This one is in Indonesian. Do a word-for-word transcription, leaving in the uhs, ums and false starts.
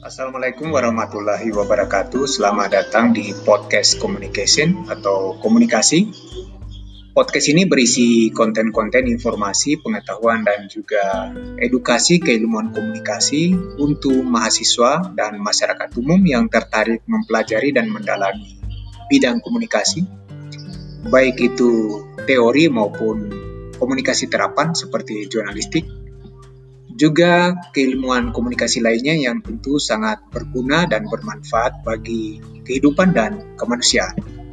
Assalamualaikum warahmatullahi wabarakatuh. Selamat datang di podcast Communication atau komunikasi. Podcast ini berisi konten-konten informasi, pengetahuan, dan juga edukasi keilmuan komunikasi untuk mahasiswa dan masyarakat umum yang tertarik mempelajari dan mendalami bidang komunikasi, baik itu teori maupun komunikasi terapan seperti jurnalistik, juga keilmuan komunikasi lainnya yang tentu sangat berguna dan bermanfaat bagi kehidupan dan kemanusiaan.